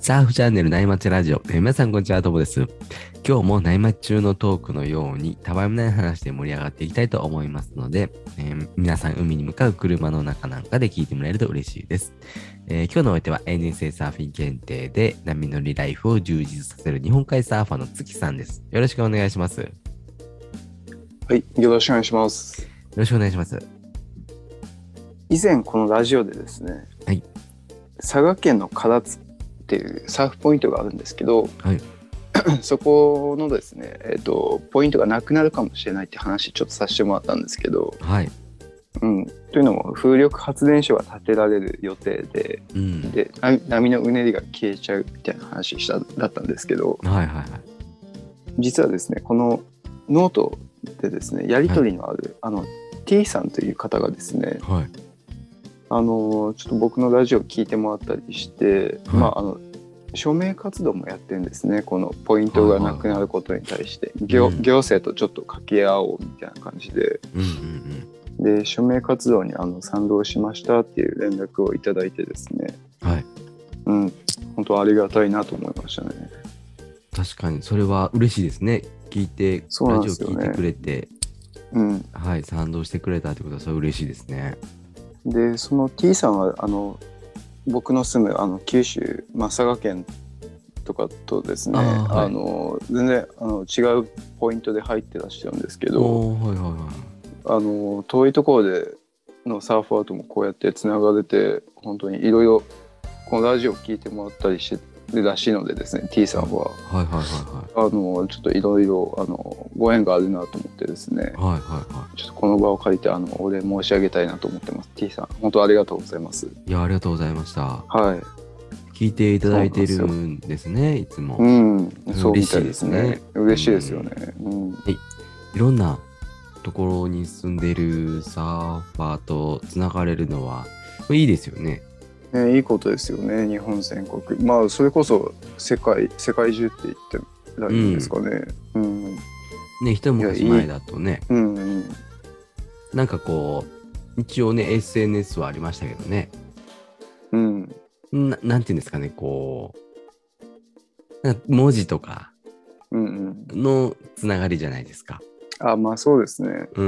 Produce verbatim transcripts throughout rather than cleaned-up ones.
サーフチャンネル内町ラジオ、えー皆さんこんにちは、ともです。今日も内町中のトークのようにたわいもない話で盛り上がっていきたいと思いますので、えー皆さん海に向かう車の中なんかで聞いてもらえると嬉しいです。えー今日のお相手は エヌエスエー サーフィン検定で波乗りライフを充実させる日本海サーファーの月さんです。よろしくお願いします。よはい、よろしくお願いします。 ろしくお願いします。 以前このラジオでですね、 はい、 佐賀県の唐津っていうサーフポイントがあるんですけど、 はい、 そこのですね、えっと、ポイントがなくなるかもしれないって話ちょっとさせてもらったんですけど、 はい、 うん、というのも風力発電所が建てられる予定で、 うん、 で波波のうねりが消えちゃうみたいな話しただったんですけど、 はい、はい、はい。 実はですね、このノートでですね、やり取りのある、はい、あの T さんという方がですね、 はい、 あのちょっと僕のラジオ聞いてもらったりして、 はい、 まああの署名活動もやってるんですね。このポイントがなくなることに対して、はいはいはい、行, 行政とちょっと掛け合おうみたいな感じで、 うんうんうん、 で署名活動にあの賛同しましたっていう連絡をいただいてですね、 はい、 うん、本当ありがたいなと思いましたね。 確かにそれは嬉しいですね。聞いて、ラジオ聞いてくれて、うん、はい、賛同してくれたってことはそれ嬉しいですね。 でその T さんはあの僕の住むあの九州、まあ、佐賀県とかとですね、あ、はい、あの全然あの違うポイントで入ってらっしゃるんですけど、はいはいはい、あの遠いところでのサーファーともこうやってつながれて、本当にいろいろこのラジオ聞いてもらったりしてるらしいのでですね、 T さんは、はいはいはいはい、あのちょっといろいろご縁があるなと思ってですね、はいはいはい、ちょっとこの場を借りてあのお礼申し上げたいなと思ってます。 T さん本当ありがとうございます。 いや、ありがとうございました。 はい、 聞いていただいてるんですね、いつも。 うん、そうみたいですね。嬉しいですよね。うん、 はい、いろんなところに住んでるサーファーとつながれるのはいいですよね。 ね、いいことですよね。日本全国、まあそれこそ世界世界中って言ってらいいんですかね。うん、うん、 ね、一昔前だとね、 いい、うんうん、 なんかこう一応ね エスエヌエス はありましたけどね、 うん、 な, なんていうんですかね、こうなんか文字とかのつながりじゃないですか。 うんうん、あ、まあそうですね。 うん、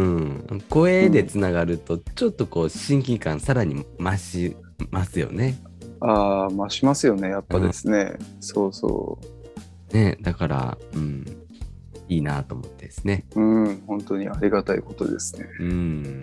声でつながるとちょっとこう親近感さらに増しますよね。 ああ、増しますよね、やっぱですね。うん、そうそう。 ね、だから、うん、いいなと思ってですね。 うん、本当にありがたいことですね。 うん、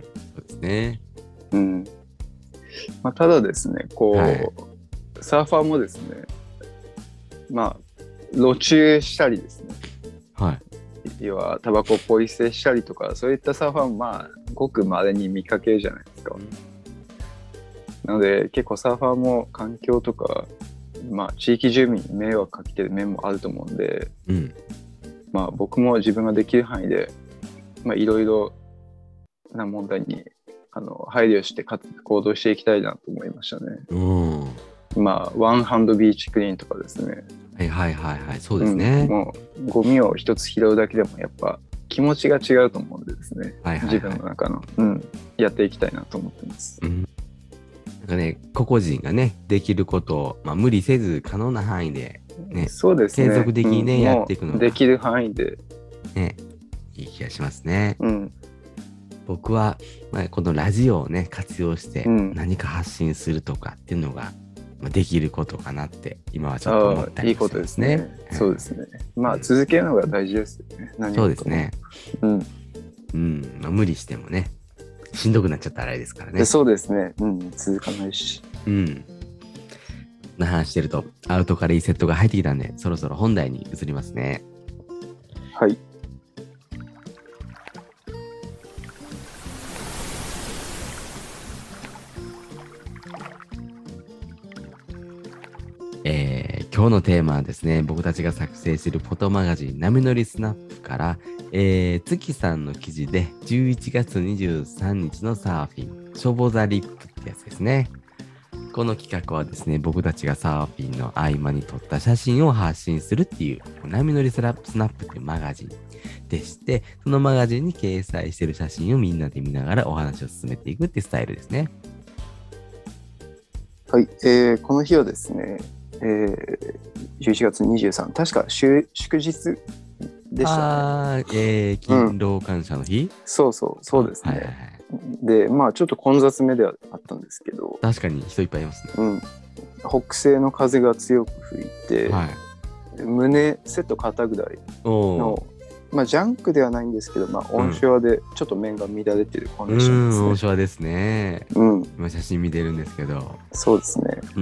そうですね。 うん。まあ、ただですね、こう、はい、サーファーもですね、まあ、路駐したりですね。 はい。 要は、タバコポイ捨てしたりとか、そういったサーファーも、まあ、ごく稀に見かけるじゃないですか。うん、なので、結構サーファーも環境とか、まあ、地域住民に迷惑かけてる面もあると思うんで、うん、まあ、僕も自分ができる範囲で、まあ、いろいろな問題にあの配慮して行動していきたいなと思いましたね。うん、まあワンハンドビーチクリーンとかですね。 はいはいはいはい、そうですね。 うん、もうゴミを一つ拾うだけでもやっぱ気持ちが違うと思うんでですね。はいはいはい、自分の中の、うん、やっていきたいなと思ってます。 うん、なんかね、個々人がねできることを、まあ、無理せず可能な範囲で、ね、 そうですね、 継続的にね、うん、やっていくのができる範囲で、 ね、いい気がしますね。 うん、 僕は、まあ、このラジオをね活用して何か発信するとかっていうのが、まあ、できることかなって今はちょっと思ったりするんですね。いいことですね。 そうですね。まあ続けるのが大事ですよね。何そうですね。 うん、 うん、まあ、無理してもねしんどくなっちゃったらあれですからね。 そうですね。うん、続かないし。 うん。な話してるとアウトからリセットが入ってきたんで、そろそろ本題に移りますね。 はい。 えー、今日のテーマはですね、僕たちが作成しているフォトマガジン波乗りスナップから、えー、月さんの記事でじゅういちがつにじゅうさんにちのサーフィンショボザリップってやつですね。この企画はですね、僕たちがサーフィンの合間に撮った写真を発信するっていう波乗りスナップスナップっていうマガジンでして、そのマガジンに掲載している写真をみんなで見ながらお話を進めていくっていうスタイルですね。 はい、えー、この日はですね、 えー、じゅういちがつにじゅうさん、確か祝祝日でしたね。 ああ、えー、勤労感謝の日、うん、 そうそう、そうですね。はいはいはい、で、まあちょっと混雑めではあったんですけど。 確かに人いっぱいいますね。 うん。北西の風が強く吹いて、はい、胸、背と肩ぐらいの、まあジャンクではないんですけど、まあオンショアでちょっと面が乱れてるコンディションですね。 うん、オンショアですね。うん。今写真見てるんですけど。 そうですね。 うん。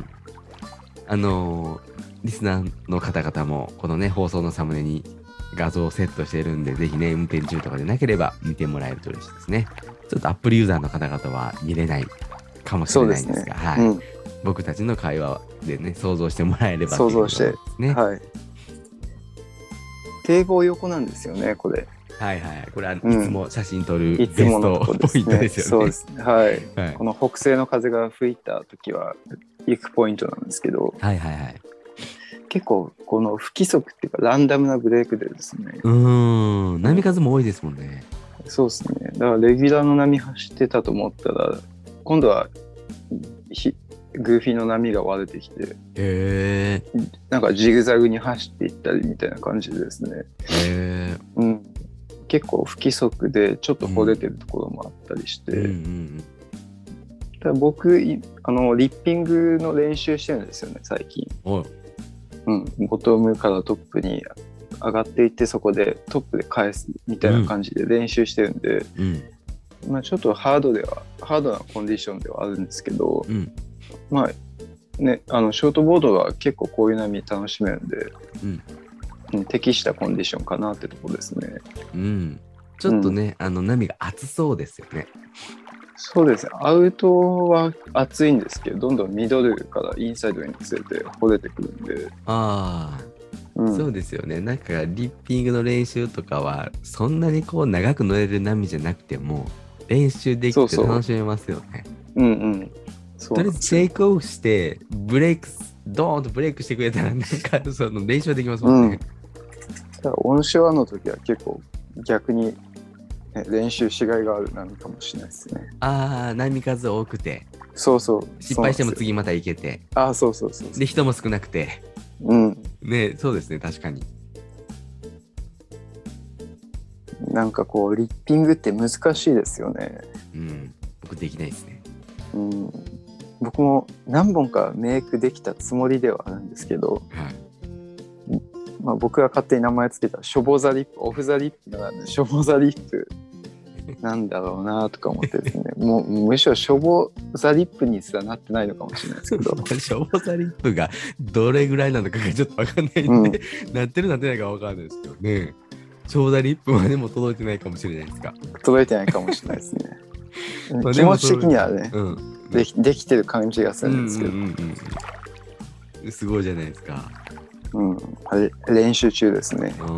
あのー、リスナーの方々もこのね放送のサムネに画像をセットしてるんで、ぜひね運転中とかでなければ見てもらえると嬉しいですね。ちょっとアップルユーザーの方々は見れないかもしれないんですが、はい、うん、僕たちの会話でね想像してもらえれば想像して、ね、はい。堤防横なんですよねこれ。 はいはい、これはいつも写真撮るベストポイントですよね。 そうですね、はい、はい、この北西の風が吹いた時は行くポイントなんですけど、 はいはいはい、 結構この不規則っていうかランダムなブレークでですね、 うーん、波数も多いですもんね。 そうですね、だからレギュラーの波走ってたと思ったら今度はひグーフィーの波が割れてきて、 へー、 なんかジグザグに走っていったりみたいな感じでですね、 へー、 うん、結構不規則でちょっとほれてるところもあったりして、うんうんうん、だ僕あのリッピングの練習してるんですよね最近。うん、ボトムからトップに上がっていってそこでトップで返すみたいな感じで練習してるんで、うんまあ、ちょっとハードではハードなコンディションではあるんですけど、うん、まあねあのショートボードは結構こういう波楽しめるんで、うんうん、適したコンディションかなってとこですね。 うん、ちょっとね、うん、あの波が熱そうですよね。 そうですね、アウトは熱いんですけどどんどんミドルからインサイドにつれてほれてくるんで。 ああ、うん、そうですよね。なんかリッピングの練習とかはそんなにこう長く乗れる波じゃなくても練習できて楽しめますよね。 そうそう、うんうん、そうとりあえずテイクオフしてブレイクドーンとブレイクしてくれたらなんかその練習できますもんね。 うん、だからオンショアの時は結構逆に練習しがいがある波かもしれないですね。 ああ、波数多くて。 そうそう。 失敗しても次また行けて。 ああ、そうそうそうそう。 で、人も少なくて。 うん。 ね、そうですね、確かに。 なんかこう、リッピングって難しいですよね。 うん。僕できないですね。 うん。僕も何本かメイクできたつもりではあるんですけど、はい、まあ、僕が勝手に名前つけたショボザリップ、オフザリップなんで、ショボザリップなんだろうなとか思ってですね、もうむしろショボザリップにすらなってないのかもしれないですけどショボザリップがどれぐらいなのかがちょっと分かんないんで、うん、なってるなってないか分かんないですけどね。ショボザリップまでも届いてないかもしれないですか。 届いてないかもしれないですね気持ち的にはね、うん、でき、できてる感じがするんですけど、うんうんうん、すごいじゃないですか。 うん、練習中ですね。うん、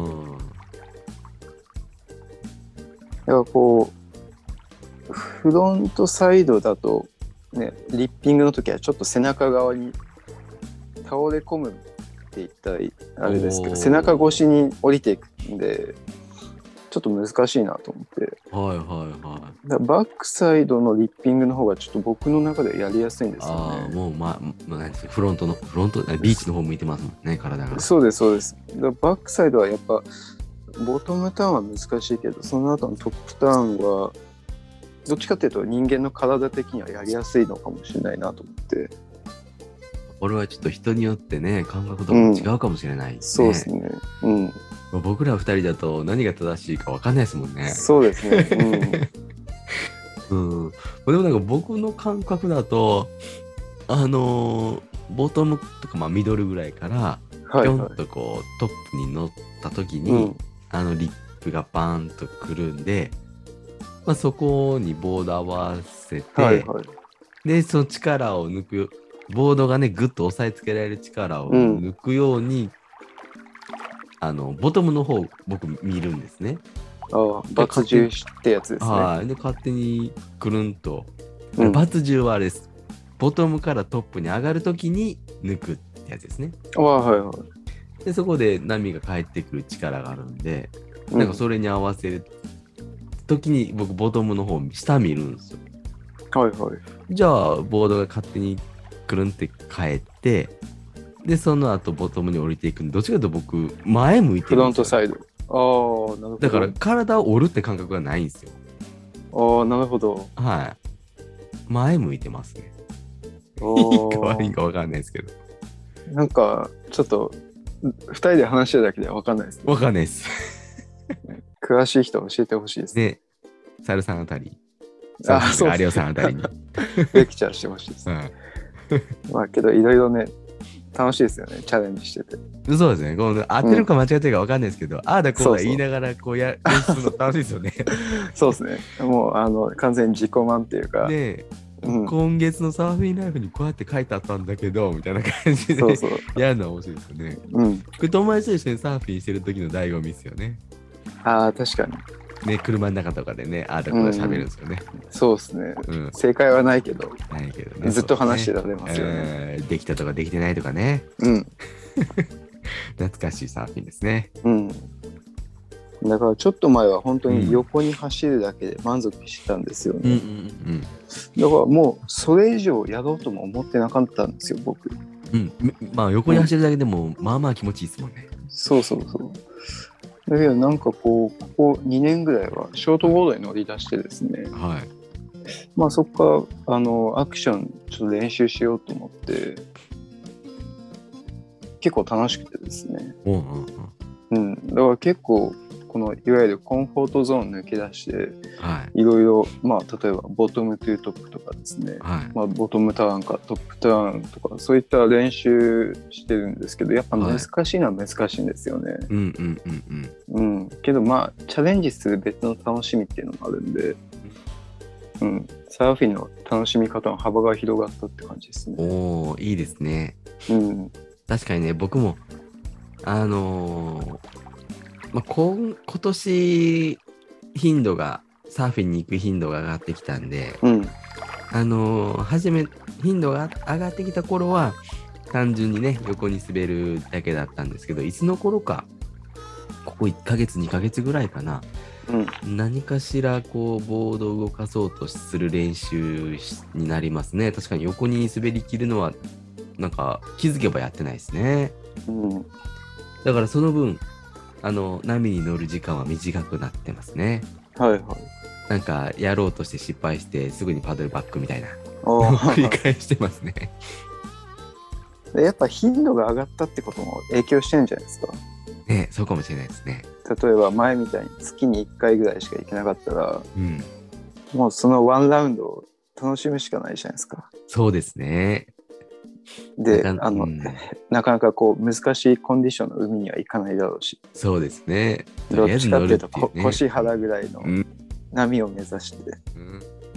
だからこうフロントサイドだとね、リッピングの時はちょっと背中側に倒れ込むって言ったらあれですけど、背中越しに降りていくんでちょっと難しいなと思って、 はいはいはい、 だバックサイドのリッピングの方がちょっと僕の中でやりやすいんですよね。 あもう、ままあ、フロントのフロントビーチの方向いてますもんね、体が。 そうですそうです。だバックサイドはやっぱボトムターンは難しいけどその後のトップターンはどっちかっていうと人間の体的にはやりやすいのかもしれないなと思って。 これはちょっと人によってね感覚とかも違うかもしれないですね、うん、 そうですね、うん、 僕ら二人だと何が正しいか分かんないですもんね。 そうですね、 うんうん、でもなんか僕の感覚だとあのー、ボトムとかまあミドルぐらいからぴょんとこうトップに乗った時に、うん、あのリップがバーンとくるんで、まあ、そこにボード合わせて、はいはい、でその力を抜くボードがねグッと押さえつけられる力を抜くように、うん、あのボトムの方僕見るんですね。 ああ、バツじゅうってやつですね。 はい。で勝手にくるんと、うん、バツじゅうはあれですボトムからトップに上がるときに抜くってやつですね。 ああ、はいはい。 でそこで波が返ってくる力があるんで、うん、なんかそれに合わせるときに僕ボトムの方下見るんですよ。 はいはい。 じゃあボードが勝手にくるんって返ってで、その後ボトムに降りていくんで、どっちかというと僕、前向いてフロンるんですよ。 トサイド。ああ、なるほど。 だから体を折るって感覚がないんですよ。 ああ、なるほど。 はい。前向いてますね。 おいいか悪いーか分かんないですけど。 なんか、ちょっと、二人で話してるだけでは分かんないですね。 分かんないです。 詳しい人教えてほしいですね。 で、サルさんあたり、 あそうそうですね。有吉さんあたりに。 レクチャーしてほしいです。 はいまあけど、いろいろね、楽しいですよね、チャレンジしてて。 そうですね。この合ってるか間違ってるか分かんないですけど、ああだこうそうそうだ言いながらこうや練習するの楽しいですよね。 そうですね。もう、あの、完全に自己満っていうか、 で、 うん今月のサーフィンライフにこうやって書いてあったんだけど、みたいな感じでそうそう。 やるのは面白いですよね。 うん。 これ友達と一緒にサーフィンしてる時の醍醐味ですよね。 ああ、確かに。 ね、車の中とかでね、ああだこうだ喋るんですよね。 そうですね。 うん。 正解はないけど、 ないけどね。 ずっと話してたられますよね。 えーできたとかできてないとかね。 うん。 懐かしいサーフィンですね。 うん。だからちょっと前は本当に横に走るだけで満足してたんですよね。 うんうんうんだからもうそれ以上やろうとも思ってなかったんですよ、僕。 うん。うん。まあ横に走るだけでも、まあまあ気持ちいいですもんね。 そうそうそう。だけどなんかこう、ここにねんぐらいはショートボードに乗り出してですね、 はい。 まあそこからあのアクションちょっと練習しようと思って、結構楽しくてですね。 うんうんうん。 うん。だから結構、このいわゆるコンフォートゾーン抜け出して、 はい。 いろいろ、まあ例えばボトムトゥートップとかですね、 はい。 まあ、ボトムターンかトップターンとかそういった練習してるんですけど、やっぱ難しいのは難しいんですよね。 うんうんうんうん。 うん、けどまあチャレンジする別の楽しみっていうのもあるんで、うん、サーフィンの楽しみ方の幅が広がったって感じですね。 おお、いいですね。 うん、 確かにね、僕も、あのーまあ、今、今年、頻度が、サーフィンに行く頻度が上がってきたんで、 うん、 あのー初め、頻度が上がってきた頃は、単純にね、横に滑るだけだったんですけど、いつの頃か、ここいっかげつ、にかげつぐらいかな、 うん、 何かしら、こう、ボードを動かそうとする練習になりますね。確かに横に滑りきるのは、なんか、気づけばやってないですね。 うん、 だからその分、あの、波に乗る時間は短くなってますね。 はいはい。 なんか、やろうとして失敗して、すぐにパドルバックみたいな。 お繰り返してますね。 でやっぱ頻度が上がったってことも影響してるんじゃないですか。 ね、そうかもしれないですね。 例えば前みたいに月にいっかいぐらいしか行けなかったら、 うん。 もうそのワンラウンドを楽しむしかないじゃないですか。 そうですね。 で、 なかあの、 うんなかなかこう難しいコンディションの海には行かないだろうし、 そうですね。とどっりあえず乗ちかっていうとるっていうね。 こ腰腹ぐらいのうん波を目指して、 うんやっ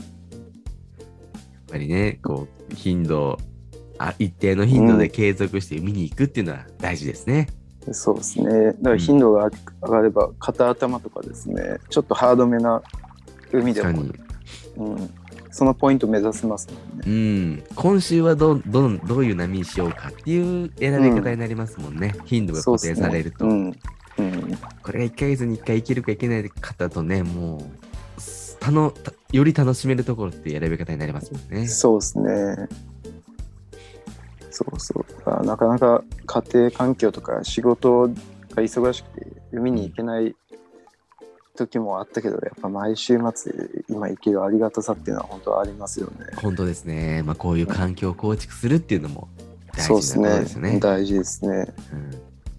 ぱりね、こう、頻度、あ、一定の頻度で継続して海に行くっていうのは大事ですね。 そうですね。だから頻度が上がれば肩頭とかですね、ちょっとハードめな海でも、 確かに。 うん、そのポイント目指せますもんうね。 ん。今週はど、ど、どういう波にしようかっていう選び方になりますもんね。頻度が固定されると。 そうっすね。うん。うん。 これがいっかげつにいっかいいけるかいけないかだとね、もう、たのたより楽しめるところっていう選び方になりますもんね。 そうですね。そうそう。だからなかなか家庭環境とか仕事が忙しくて海に行けない時もあったけど、やっぱ毎週末今行けるありがたさっていうのは本当ありますよね。 本当ですね。まあ、こういう環境を構築するっていうのもそうです大事なことですよね。 ね。大事ですね。 うん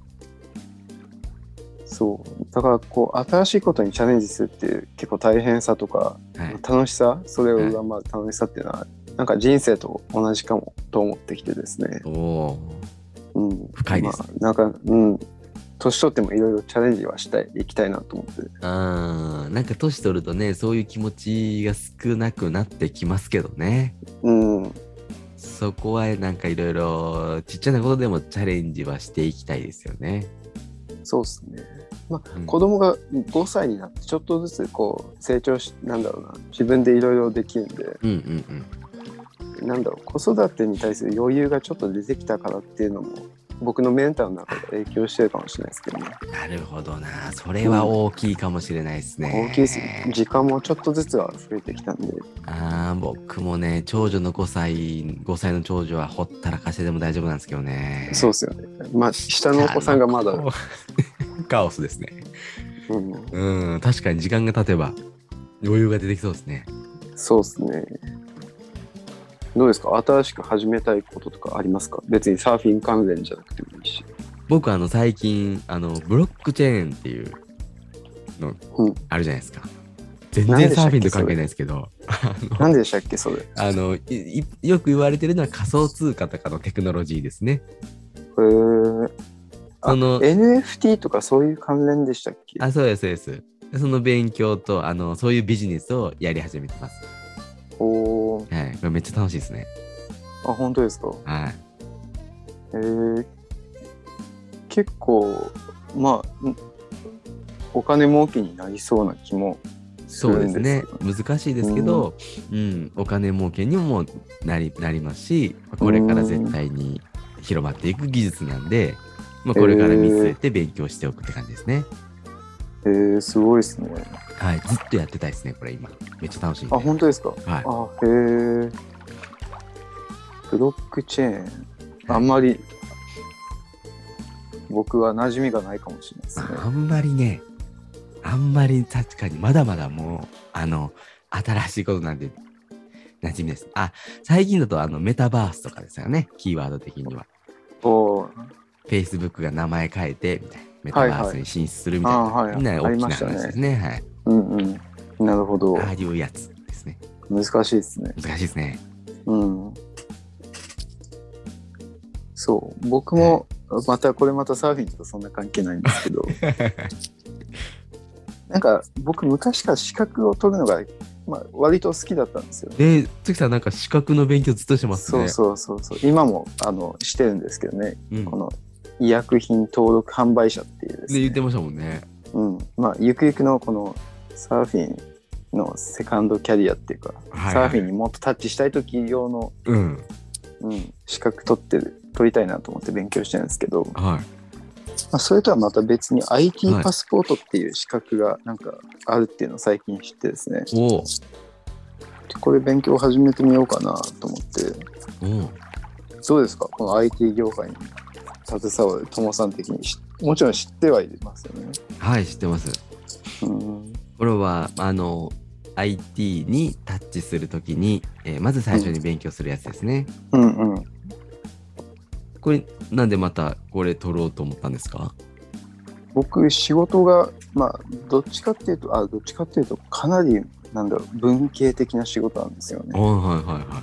そう。だからこう新しいことにチャレンジするっていう結構大変さとか、 はい楽しさ、それを上回る楽しさっていうのは、なんか人生と同じかもと思ってきてですね。 おおうん、 深いですねまあ、なんか、うん、年取ってもいろいろチャレンジはしたい、行きたいなと思って。 ー。あーなんか年取るとね、そういう気持ちが少なくなってきますけどね。 うん、 そこはなんかいろいろちっちゃなことでもチャレンジはしていきたいですよね。 そうですね。まあ、 うん子供がごさいになってちょっとずつこう成長し、なんだろうな、自分でいろいろできるんで、 うんうんうん。 なんだろう、子育てに対する余裕がちょっと出てきたからっていうのも僕のメンタルの中で影響してるかもしれないですけどね。 なるほどな。それは大きいかもしれないですね。 大きいですね。時間もちょっとずつは増えてきたんで。 ああ、僕もね、長女のごさい、ごさいの長女はほったらかしてでも大丈夫なんですけどね。 そうですよね。まあ、下のお子さんがまだ。 カオスですね。 うん、 うん、確かに時間が経てば余裕が出てきそうですね。 そうですね。どうですか？新しく始めたいこととかありますか？別にサーフィン関連じゃなくてもいいし。 僕あの最近あのブロックチェーンっていうのあるじゃないですか。うん、全然サーフィンと関係ないですけど。 何でしたっけそれ？ あのいよく言われてるのは仮想通貨とかのテクノロジーですね。 へー。その エヌエフティー とかそういう関連でしたっけ？ あ、そうですそうです。その勉強とあのそういうビジネスをやり始めてます。 おー。 はい、これめっちゃ楽しいですね。 あ、本当ですか？ はい。 えー、結構まあお金儲けになりそうな気もするんです。そうですね。難しいですけど、うん、うん、お金儲けにもなり、なりますし、これから絶対に広まっていく技術なんで、まあ、これから見据えて勉強しておくって感じですね。 えー、すごいですね。 はい、ずっとやってたいですね、これ今。めっちゃ楽しい、ね。 あ、本当ですか？はい。あ、へえ。ブロックチェーン、あんまり僕は馴染みがないかもしれないですね。 あんまりね、あんまり確かにまだまだもう、あの、新しいことなんで馴染みです。あ、最近だとあのメタバースとかですよね、キーワード的には。おー。Facebook が名前変えて、みたいな。メタバースに進出するみたいな。はいはい、みんな大きな話ですね。はい。 うんうん。なるほど。 ああいうやつですね。 難しいですね。 難しいですね。 うん。そう。僕も、またこれまたサーフィンとそんな関係ないんですけど。なんか僕昔から資格を取るのが、まあ、割と好きだったんですよ、ね。 で、月さんなんか資格の勉強ずっとしてますね。 そうそうそうそう。今もあのしてるんですけどね。うん、この医薬品登録販売者っていうですね。 で言ってましたもんね。 うん。まあゆくゆくのこのサーフィンのセカンドキャリアっていうか、はいはい、サーフィンにもっとタッチしたい時用の、うんうん、資格取ってる取りたいなと思って勉強してるんですけど。はい。まあ、それとはまた別に アイティー パスポートっていう資格がなんかあるっていうのを最近知ってですね。おこれ勉強を始めてみようかなと思って。おどうですかこの アイティー 業界に携わる友さん的にもちろん知ってはいますよね。 はい、知ってます。うん、これはあの アイティー にタッチするときに、えー、まず最初に勉強するやつですね。うん、うんうんこれなんでまたこれ取ろうと思ったんですか？ 僕仕事がまあどっちかっていうとあどっちかっていうとかなりなんだろう文系的な仕事なんですよね。はいはいはいはい。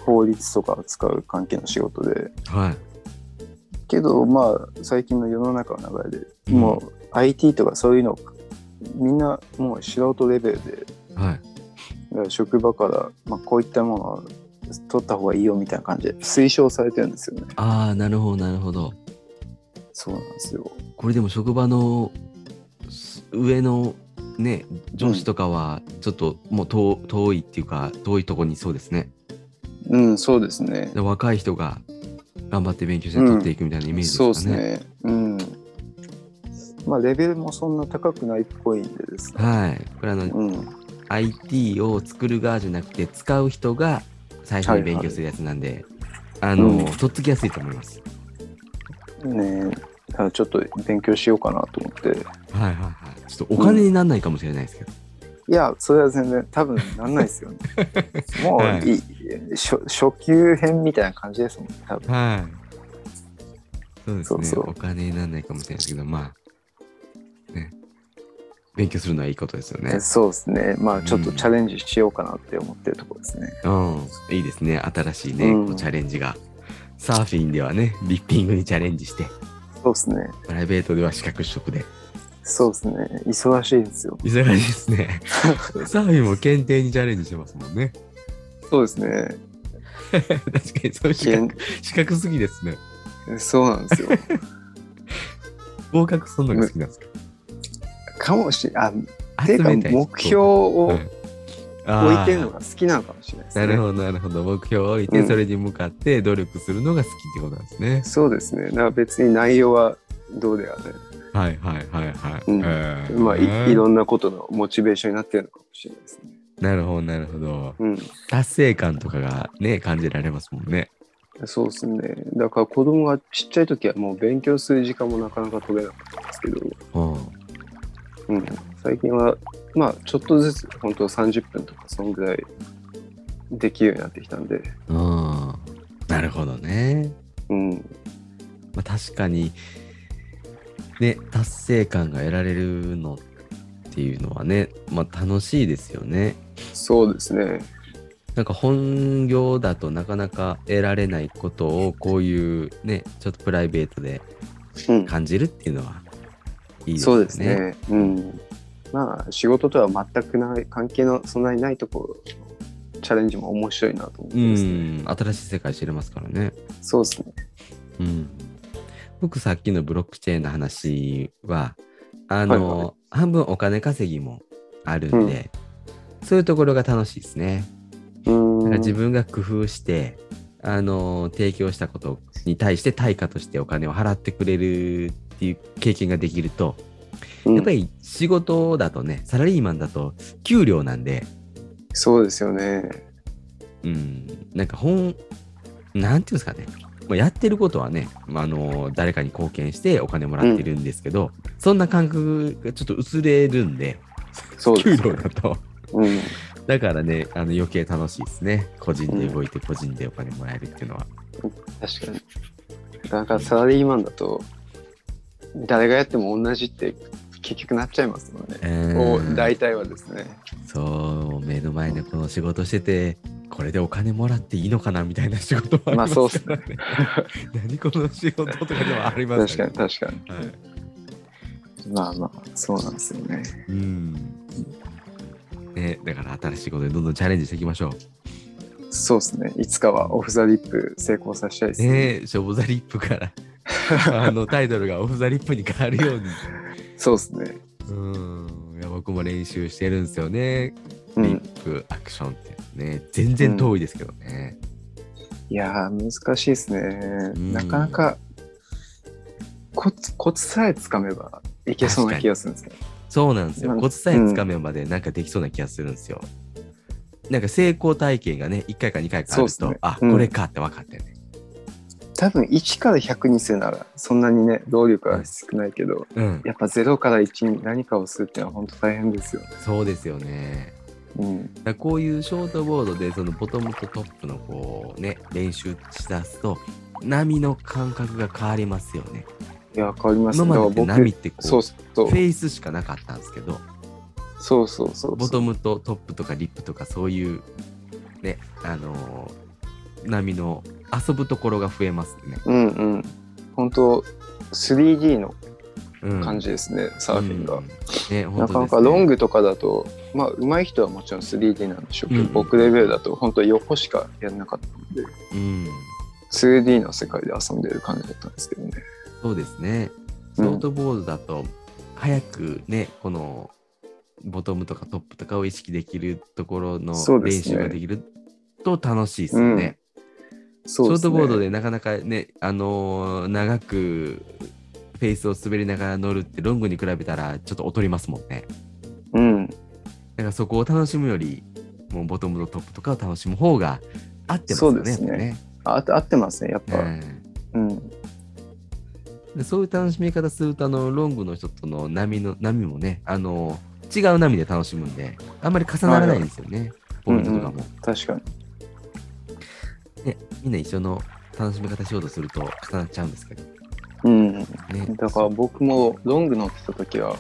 法律とか扱う関係の仕事で。はい。けどまあ最近の世の中の流れで、うん、もう アイティー とかそういうのみんなもう素人レベルで。はい。だから職場からまあこういったものは取った方がいいよみたいな感じで推奨されてるんですよね。 ああ、なるほどなるほど。 そうなんですよ。 これでも職場の上のね上司とかはちょっともう 遠, 遠いっていうか遠いところにそうですね。 うん、そうですね。 若い人が頑張って勉強して取っていくみたいなイメージですかね。うん、そうですね。うん。 まあレベルもそんな高くないっぽいんでですね。 はい。これあの、うん、アイティー を作る側じゃなくて使う人が最初に勉強するやつなんで、はいはい、あの、うん、とっつきやすいと思います。 ねえ、ちょっと勉強しようかなと思って。 はいはいはい。ちょっとお金にならないかもしれないですけど。 うん、いや、それは全然多分なんないですよね。もう、はい、初, 初級編みたいな感じですもん、多分。はい。 そうですね。そうそう、お金にならないかもしれないですけど、まあ、ね。勉強するのはいいことですよね。 そうですね。まあちょっとチャレンジしようかなって思ってるところですね。 うん、いいですね。新しいね、うん、チャレンジが。サーフィンではね、リッピングにチャレンジして。 そうですね。 プライベートでは資格取得で。 そうですね。忙しいですよ。 忙しいですね。サーフィンも検定にチャレンジしてますもんね。 そうですね。 確かにそういう資格、資格すぎですね。 そうなんですよ。 合格するのが好きなんですか？ かもしれない。っていうか目標を置いてるのが好きなのかもしれないですね。 なるほどなるほど。目標を置いてそれに向かって努力するのが好きってことなんですね。 うん、そうですね。だから別に内容はどうであれ。 はいはいはいはい。 うんえー、 まあ い, いろんなことのモチベーションになってるのかもしれないですね。 なるほどなるほど。 うん、 達成感とかがね感じられますもんね。 そうですね。だから子供がちっちゃい時はもう勉強する時間もなかなか取れなかったんですけど、うん、最近はまあちょっとずつ本当さんじゅっぷんとかそんぐらいできるようになってきたんで。 うん、なるほどね。 うん。 まあ、確かにね達成感が得られるのっていうのはね、まあ楽しいですよね。 そうですね。 なんか本業だとなかなか得られないことをこういうねちょっとプライベートで感じるっていうのはいいですよね。 そうですね。うん。まあ仕事とは全くない関係のそんなにないところチャレンジも面白いなと思ってですね。うん、 新しい世界知れますからね。 そうですね。 うん。僕さっきのブロックチェーンの話はあの、はいはい、半分お金稼ぎもあるんで、うん、そういうところが楽しいですね。だから自分が工夫してあの提供したことに対して対価としてお金を払ってくれるっていう経験ができると、うん、やっぱり仕事だとねサラリーマンだと給料なんで。 そうですよね。 うん、なんか本なんていうんですかね、まあ、やってることはね、あの誰かに貢献してお金もらってるんですけど、うん、そんな感覚がちょっと薄れるんで、そうですね、給料だと、うん、だからねあの余計楽しいですね。個人で動いて個人でお金もらえるっていうのは、 うん、確かに。なんかサラリーマンだと誰がやっても同じって結局なっちゃいますもんね、えー、大体はですね。 そう目の前でこの仕事しててこれでお金もらっていいのかなみたいな仕事もありますからね。まあそうっすね何この仕事とかでもありますね。確かに確かに、はい、まあまあそうなんですよね。 うんね、だから新しいことでどんどんチャレンジしていきましょう。 そうですね。いつかはオフザリップ成功させたいですね。 ねえ、ショボザリップからあのタイトルがオフザリップに変わるように。 そうですね。 うん、いや僕も練習してるんですよね。リップアクションってね、全然遠いですけどね。 うん、いやー難しいですね、うん。なかなかコツコツさえつかめばいけそうな気がするんですけど。 そうなんですよ。コツさえつかめばでなんかできそうな気がするんですよ。うん、なんか成功体験がねいっかいかにかいかあると、ね、あ、うん、これかって分かってね。 多分いちからひゃくにするならそんなにね労力は少ないけど、うん、やっぱゼロからいちに何かをするっていうのは本当大変ですよね。 そうですよね。うん、だこういうショートボードでそのボトムとトップのこうね練習しだすと波の感覚が変わりますよね。 いや変わりますね。 今までって波ってこうそうそうフェイスしかなかったんですけど、 そうそうそうそうボトムとトップとかリップとかそういうねあのー、波の遊ぶところが増えますね。 うんうん。本当 スリーディー の感じですね、うん、サーフィンが、うんね、なかなかロングとかだとまあ上手い人はもちろん スリーディー なんでしょうけど、うんうん、僕レベルだと本当横しかやらなかったので、うん、ツーディー の世界で遊んでる感じだったんですけどね。 そうですね。ショートボードだと早くね、このボトムとかトップとかを意識できるところの練習ができると楽しいですよね。ショートボードでなかなかね、あのー、長くフェイスを滑りながら乗るってロングに比べたらちょっと劣りますもんね。うん。だからそこを楽しむよりもうボトムとトップとかを楽しむ方が合ってますよね。そうですね。 ねあ合ってますねやっぱ。うん。うんでそういう楽しみ方するとあのロングの人との波の波もねあの違う波で楽しむんであんまり重ならないんですよね、はいはい、ポイントとかも、うんうん、 確かに、 ね、みんな一緒の楽しみ方しようとすると重なっちゃうんですけど、 うんね、だから僕もロング乗ってた時は、はい、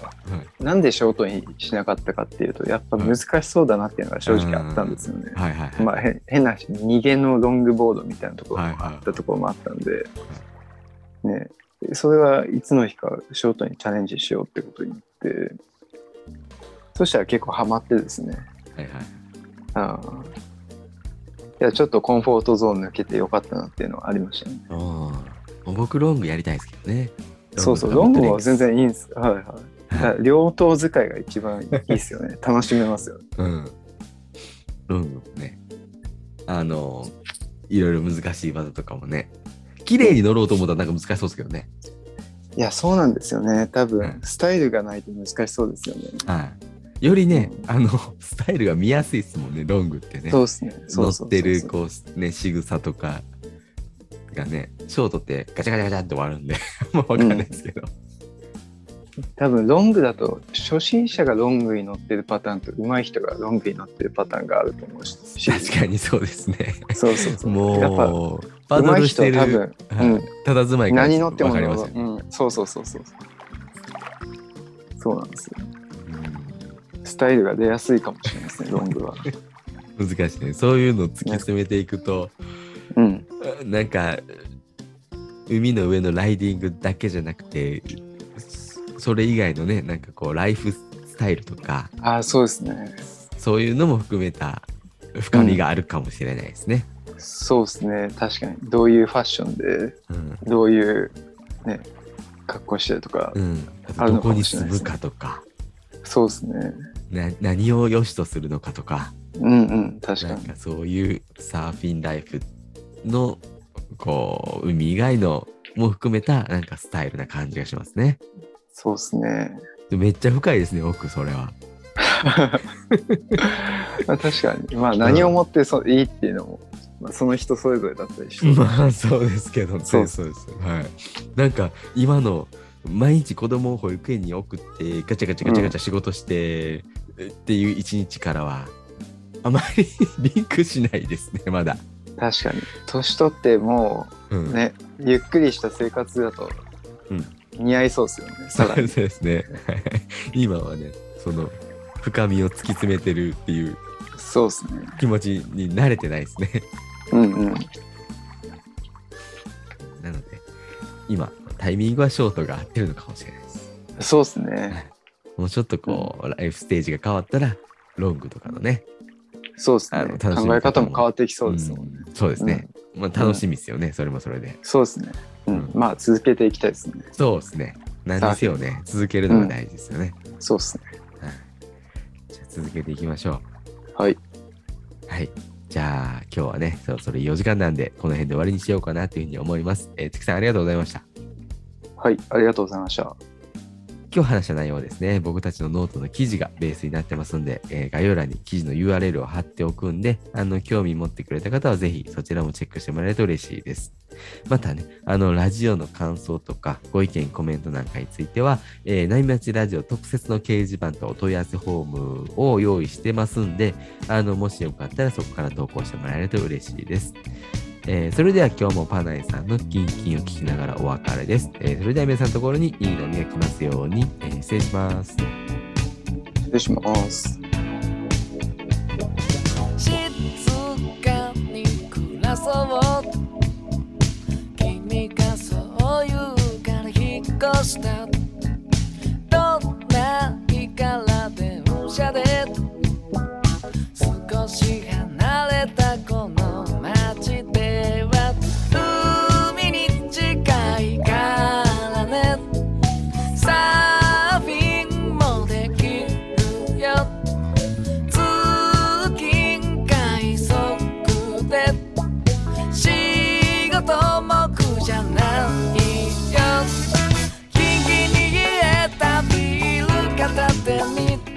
なんでショートにしなかったかっていうとやっぱ難しそうだなっていうのが正直あったんですよね、はいはいはい、まあ変な逃げのロングボードみたいなところもあったところもあったんで、はいはいねそれはいつの日かショートにチャレンジしようってことになってそしたら結構ハマってですね、はいはい、あいやちょっとコンフォートゾーン抜けてよかったなっていうのはありましたね。 あ僕ロングやりたいですけどね。 そうそうロングは全然いいんです。はいはい、はい、両頭使いが一番いいですよね楽しめますよね、 うんロングもね、あのいろいろ難しい技とかもね、綺麗に乗ろうと思ったらなんか難しそうですけどね。 いや、そうなんですよね。多分、 うん、 スタイルがないと難しそうですよね。 はい。よりね、 うん、 あのスタイルが見やすいですもんね、ロングってね。 そうですね。そ乗うそうそうそうってるこうね仕草とかがね、ショートってガチャガチャガチャって終わるんでもうわかんないですけど、 多分ロングだと初心者がロングに乗ってるパターンと上手い人がロングに乗ってるパターンがあると思うし、 確かにそうですね。 そうそうそう。 もうやっぱパドルしてる上手い人は多分、 はい、ただずまいから何乗ってもわかりますよね。 うん、そうそうそうそう。そうなんですよ。スタイルが出やすいかもしれないですね、ロングは。 難しいね。そういうのを突き詰めていくと、 うん、 なんか海の上のライディングだけじゃなくて、それ以外のね、なんかこうライフスタイルとか、 ああ、そうですね。 そういうのも含めた深みがあるかもしれないですね。 うん、そうですね。確かに。どういうファッションで、うん、どういうね、格好してるとか、 うん、あとどこに住むかとか、 そうですね。 な何を良しとするのかとか、 うんうん、確かに。 なんかそういうサーフィンライフのこう海以外のも含めたなんかスタイルな感じがしますね。 そうですね。 めっちゃ深いですね、奥それは。 まあ確かに、まあ何をもってそ、うん、いいっていうのも、まあ、その人それぞれだったりして、 まあそうですけどね。そうそうです。はい。なんか今の毎日子供を保育園に送ってガチャガチャガチャガチャ仕事してっていう一日からはあまりリンクしないですね、まだ。 確かに年取ってもうね、うん、ゆっくりした生活だと似合いそうですよね、うん、 そうですね。今はね、その深みを突き詰めてるっていうそうですね気持ちに慣れてないですね。 うんうん。 なので今タイミングはショートが合ってるのかもしれないです。 そうですね。 もうちょっとこう、うん、ライフステージが変わったらロングとかのね、 そうですね、考え方も変わってきそうですもんね、 うん、そうですね、うん、まあ、楽しみですよね、うん、それもそれで。 そうですね、うんうん、まあ続けていきたいですね。 そうですね、何にせよね、続けるのが大事ですよね、 うん、そうですね、 はい、じゃあ続けていきましょう。はいはい、じゃあ今日はねそろそろよじかんなんでこの辺で終わりにしようかなというふうに思います。えー、月さんありがとうございました。 はい、ありがとうございました。 今日話した内容はですね、僕たちのノートの記事がベースになってますんで、えー、概要欄に記事の ユーアールエル を貼っておくんで、あの興味持ってくれた方はぜひそちらもチェックしてもらえると嬉しいです。またね、あのラジオの感想とかご意見コメントなんかについては、えー、なみまちラジオ特設の掲示板とお問い合わせフォームを用意してますんで、あのもしよかったらそこから投稿してもらえると嬉しいです。えー、それでは今日もパナイさんのキンキンを聞きながらお別れです。えー、それでは皆さんのところにいい波が来ますように、えー、失礼します。 失礼します。 静かに暮らそう君がそう言うから引っ越したどんな日から電車で少し離れたこの街では海に近いからねサーフィンもできるよ通勤快速で仕事も苦じゃないよキンキンに冷えたビール片手に